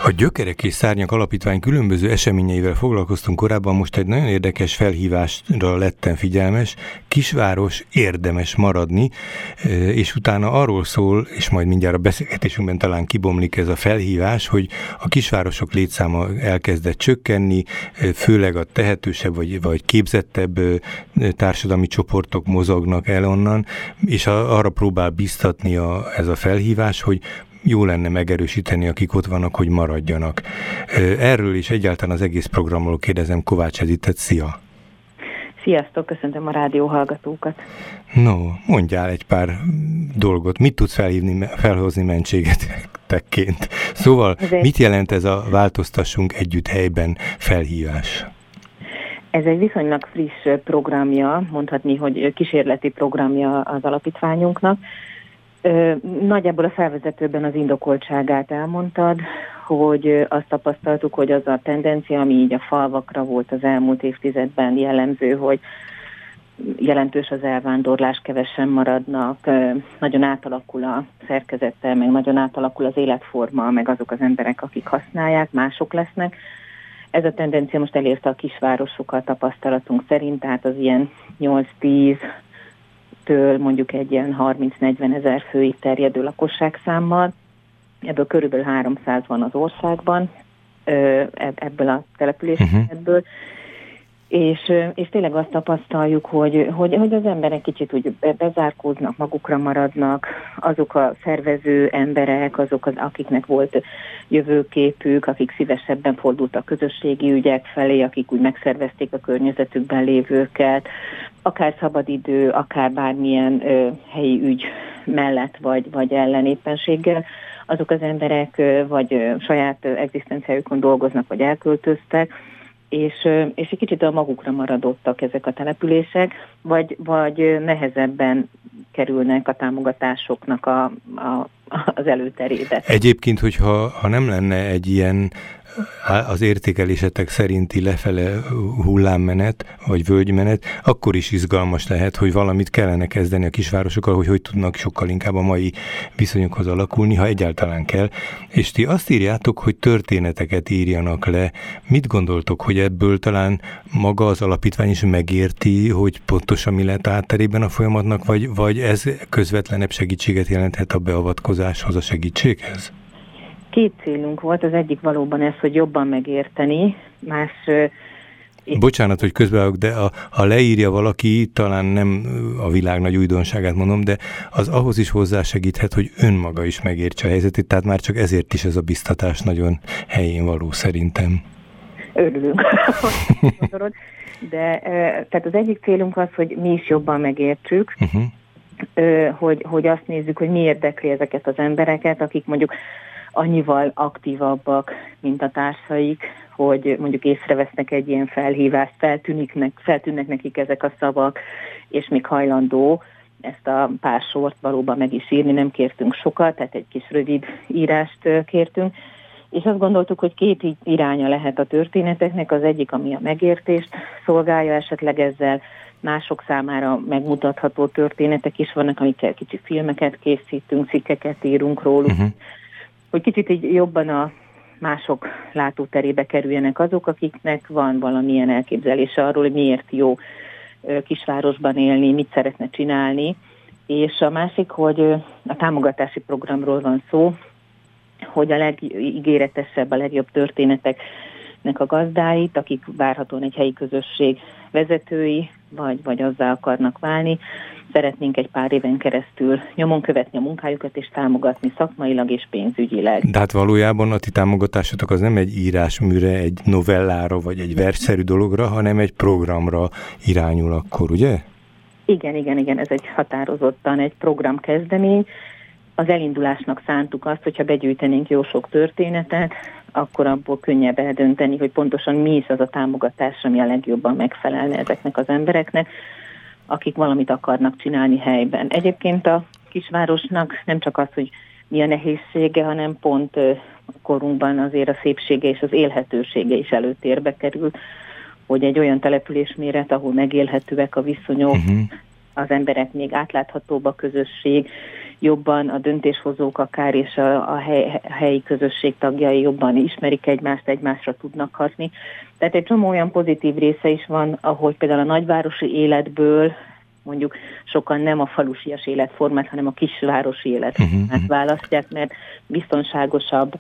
A Gyökerek és Szárnyak Alapítvány különböző eseményeivel foglalkoztunk korábban, most egy nagyon érdekes felhívásra lettem figyelmes. Kisváros, érdemes maradni, és utána arról szól, és majd mindjárt a beszélgetésünkben talán kibomlik ez a felhívás, hogy a kisvárosok létszáma elkezdett csökkenni, főleg a tehetősebb vagy képzettebb társadalmi csoportok mozognak el onnan, és arra próbál biztatni ez a felhívás, hogy jó lenne megerősíteni, akik ott vannak, hogy maradjanak. Erről is egyáltalán az egész programról kérdezem Kovács Editet. Szia! Sziasztok, köszöntöm a rádió hallgatókat. No, mondjál egy pár dolgot. Mit tudsz felhozni mentségetekként? Szóval mit jelent ez a Változtassunk együtt helyben felhívás? Ez egy viszonylag friss programja, mondhatni, hogy kísérleti programja az alapítványunknak. Nagyjából a felvezetőben az indokoltságát elmondtad, hogy azt tapasztaltuk, hogy az a tendencia, ami így a falvakra volt az elmúlt évtizedben jellemző, hogy jelentős az elvándorlás, kevesen maradnak, nagyon átalakul a szerkezete, meg nagyon átalakul az életforma, meg azok az emberek, akik használják, mások lesznek. Ez a tendencia most elérte a kisvárosokat tapasztalatunk szerint, tehát az ilyen 8-10 től mondjuk egy ilyen 30-40 ezer főig terjedő lakosságszámmal. Ebből körülbelül 300 van az országban, ebből a településekből. És tényleg azt tapasztaljuk, hogy az emberek kicsit úgy bezárkóznak, magukra maradnak, azok a szervező emberek, akiknek volt jövőképük, akik szívesebben fordultak közösségi ügyek felé, akik úgy megszervezték a környezetükben lévőket, akár szabadidő, akár bármilyen helyi ügy mellett vagy ellen éppenséggel, azok az emberek vagy saját egzisztenciájukon dolgoznak, vagy elköltöztek, és egy kicsit a magukra maradottak ezek a települések, vagy nehezebben kerülnek a támogatásoknak az előterébe. Egyébként, hogyha nem lenne egy ilyen az értékelésetek szerinti lefele hullámmenet, vagy völgymenet, akkor is izgalmas lehet, hogy valamit kellene kezdeni a kisvárosokkal, hogy tudnak sokkal inkább a mai viszonyokhoz alakulni, ha egyáltalán kell. És ti azt írjátok, hogy történeteket írjanak le. Mit gondoltok, hogy ebből talán maga az alapítvány is megérti, hogy pontosan mi lett átterében a folyamatnak, vagy ez közvetlenebb segítséget jelenthet a beavatkozáshoz, a segítséghez? Két célunk volt, az egyik valóban ez, hogy jobban megérteni, más... Bocsánat, hogy közbeállok, de ha leírja valaki, talán nem a világ nagy újdonságát mondom, de az ahhoz is hozzásegíthet, hogy önmaga is megértse a helyzetét, tehát már csak ezért is ez a biztatás nagyon helyén való szerintem. Örülünk. De tehát az egyik célunk az, hogy mi is jobban megértsük, hogy azt nézzük, hogy mi érdekli ezeket az embereket, akik mondjuk annyival aktívabbak, mint a társaik, hogy mondjuk észrevesznek egy ilyen felhívást, feltűnnek nekik ezek a szavak, és még hajlandó ezt a pár sort valóban meg is írni, nem kértünk sokat, tehát egy kis rövid írást kértünk, és azt gondoltuk, hogy két iránya lehet a történeteknek, az egyik, ami a megértést szolgálja, esetleg ezzel mások számára megmutatható történetek is vannak, amikkel kicsit filmeket készítünk, cikkeket írunk róluk, hogy kicsit így jobban a mások látóterébe kerüljenek azok, akiknek van valamilyen elképzelése arról, hogy miért jó kisvárosban élni, mit szeretne csinálni. És a másik, hogy a támogatási programról van szó, hogy a legígéretesebb, a legjobb történeteknek a gazdáit, akik várhatóan egy helyi közösség vezetői, vagy azzá akarnak válni, szeretnénk egy pár éven keresztül nyomon követni a munkájukat, és támogatni szakmailag és pénzügyileg. De hát valójában a ti támogatásotok az nem egy írásműre, egy novellára, vagy egy versszerű dologra, hanem egy programra irányul akkor, ugye? Igen, ez egy határozottan egy programkezdemény. Az elindulásnak szántuk azt, hogyha begyűjtenénk jó sok történetet, akkor abból könnyebb eldönteni, hogy pontosan mi is az a támogatás, ami a legjobban megfelelne ezeknek az embereknek, akik valamit akarnak csinálni helyben. Egyébként a kisvárosnak nem csak az, hogy mi a nehézsége, hanem pont korunkban azért a szépsége és az élhetősége is előtérbe kerül, hogy egy olyan településméret, ahol megélhetőek a viszonyok, az emberek még átláthatóbb a közösség, jobban a döntéshozók akár, és a helyi közösség tagjai jobban ismerik egymást, egymásra tudnak hatni. Tehát egy csomó olyan pozitív része is van, ahogy például a nagyvárosi életből mondjuk sokan nem a falusias életformát, hanem a kisvárosi életformát választják, mert biztonságosabb,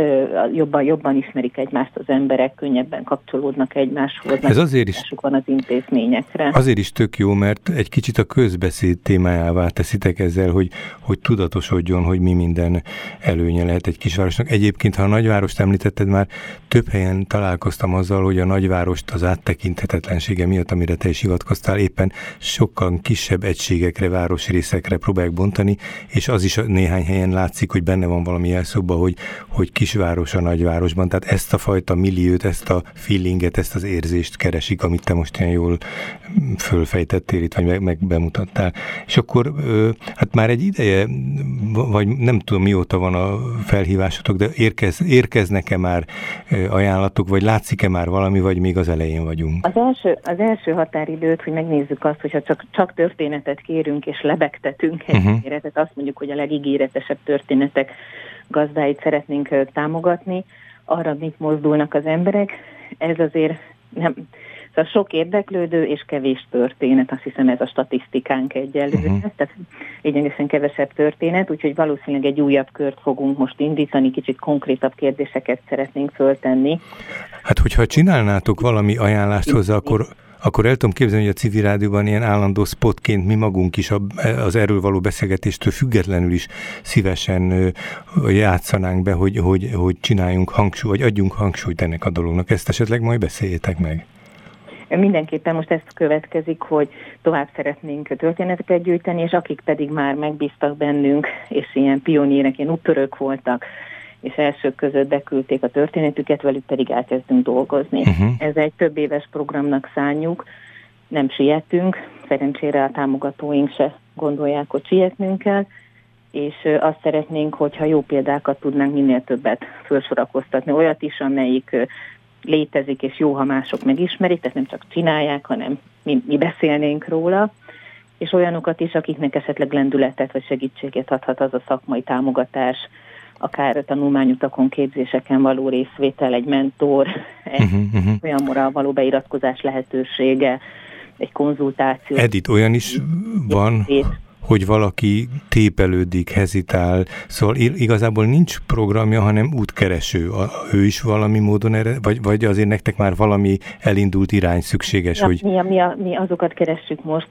jobban ismerik egymást az emberek, könnyebben kapcsolódnak egymáshoz. Ez azért is van az intézményekre. Azért is tök jó, mert egy kicsit a közbeszéd témájává teszitek ezzel, hogy tudatosodjon, hogy mi minden előnye lehet egy kisvárosnak. Egyébként, ha a nagyvárost említetted, már több helyen találkoztam azzal, hogy a nagyvárost az áttekinthetetlensége miatt, amire te is hivatkoztál, éppen sokkal kisebb egységekre, városrészekre próbálják bontani, és az is néhány helyen látszik, hogy benne van valami jelszóba, hogy kisváros a nagyvárosban, tehát ezt a fajta milliót, ezt a feelinget, ezt az érzést keresik, amit te most ilyen jól fölfejtettél itt, vagy meg bemutattál. És akkor hát már egy ideje, vagy nem tudom mióta van a felhívásotok, de érkeznek-e már ajánlatok, vagy látszik-e már valami, vagy még az elején vagyunk? Az első határidőt, hogy megnézzük azt, hogyha csak történetet kérünk, és lebegtetünk egyre, tehát azt mondjuk, hogy a legígéretesebb történetek gazdáit szeretnénk támogatni, arra mit mozdulnak az emberek, ez azért nem, szóval sok érdeklődő és kevés történet, azt hiszem ez a statisztikánk egyelőre, tehát lényegesen kevesebb történet, úgyhogy valószínűleg egy újabb kört fogunk most indítani, kicsit konkrétabb kérdéseket szeretnénk föltenni. Hát hogyha csinálnátok valami ajánlást hozzá, akkor el tudom képzelni, hogy a Civil Rádióban ilyen állandó spotként mi magunk is az erről való beszélgetéstől függetlenül is szívesen játszanánk be, hogy csináljunk hangsúlyt, vagy adjunk hangsúlyt ennek a dolognak. Ezt esetleg majd beszéljétek meg. Mindenképpen most ezt következik, hogy tovább szeretnénk történeteket gyűjteni, és akik pedig már megbíztak bennünk, és ilyen pionérek, ilyen úttörők voltak, és elsők között beküldték a történetüket, velük pedig elkezdünk dolgozni. Ez egy több éves programnak szánjuk, nem sietünk, szerencsére a támogatóink se gondolják, hogy sietnünk kell, és azt szeretnénk, hogyha jó példákat tudnánk minél többet felsorakoztatni, olyat is, amelyik létezik, és jó, ha mások megismerik, tehát nem csak csinálják, hanem mi beszélnénk róla, és olyanokat is, akiknek esetleg lendületet vagy segítséget adhat az a szakmai támogatás, akár tanulmányutakon, képzéseken való részvétel, egy mentor, egy olyanra való beiratkozás lehetősége, egy konzultáció. Edith, olyan is van, hogy valaki tépelődik, hezitál, szóval igazából nincs programja, hanem útkereső. Ő is valami módon erre, vagy azért nektek már valami elindult irány szükséges, hogy... Mi azokat keressük most,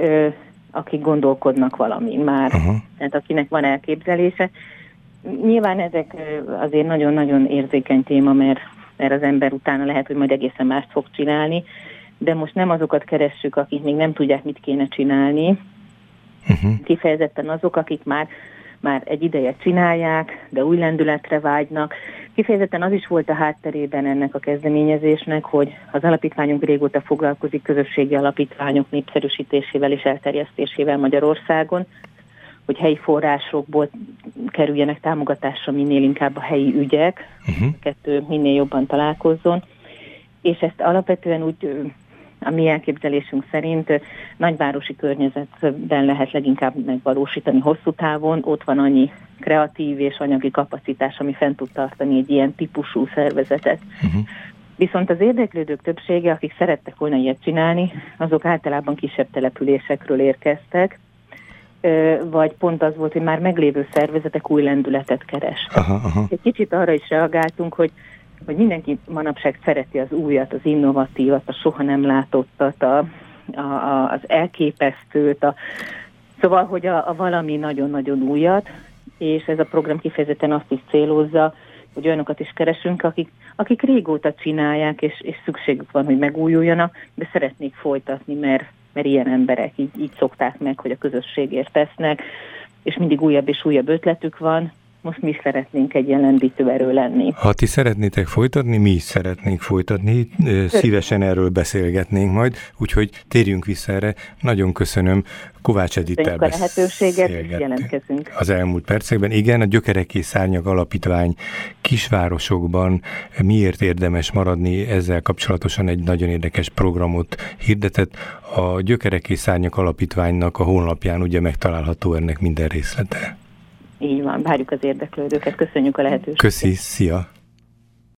akik gondolkodnak valamin már, tehát akinek van elképzelése. Nyilván ezek azért nagyon-nagyon érzékeny téma, mert az ember utána lehet, hogy majd egészen mást fog csinálni, de most nem azokat keressük, akik még nem tudják, mit kéne csinálni. Kifejezetten azok, akik már egy ideje csinálják, de új lendületre vágynak. Kifejezetten az is volt a hátterében ennek a kezdeményezésnek, hogy az alapítványunk régóta foglalkozik közösségi alapítványok népszerűsítésével és elterjesztésével Magyarországon, hogy helyi forrásokból kerüljenek támogatásra minél inkább a helyi ügyek, a kettő minél jobban találkozzon, és ezt alapvetően úgy, a mi elképzelésünk szerint nagyvárosi környezetben lehet leginkább megvalósítani hosszú távon, ott van annyi kreatív és anyagi kapacitás, ami fent tud tartani egy ilyen típusú szervezetet. Viszont az érdeklődők többsége, akik szerettek volna ilyet csinálni, azok általában kisebb településekről érkeztek, vagy pont az volt, hogy már meglévő szervezetek új lendületet kerestek. Egy kicsit arra is reagáltunk, hogy mindenki manapság szereti az újat, az innovatívat, a soha nem látottat, az elképesztőt, szóval, hogy a valami nagyon-nagyon újat, és ez a program kifejezetten azt is célozza, hogy olyanokat is keresünk, akik régóta csinálják, és szükségük van, hogy megújuljanak, de szeretnék folytatni, mert ilyen emberek így szokták meg, hogy a közösségért tesznek, és mindig újabb és újabb ötletük van. Most mi is szeretnénk egy ilyen lendítő erő lenni. Ha ti szeretnétek folytatni, mi is szeretnénk folytatni, szívesen erről beszélgetnénk majd, úgyhogy térjünk vissza erre. Nagyon köszönöm, Kovács Edittel a lehetőséget, jelentkezünk. Az elmúlt percekben. Igen, a Gyökerek és Szárnyak Alapítvány kisvárosokban miért érdemes maradni, ezzel kapcsolatosan egy nagyon érdekes programot hirdetett. A Gyökerek és Szárnyak Alapítványnak a honlapján ugye megtalálható ennek minden részlete. Így van, várjuk az érdeklődőket. Köszönjük a lehetőséget. Köszi, szia!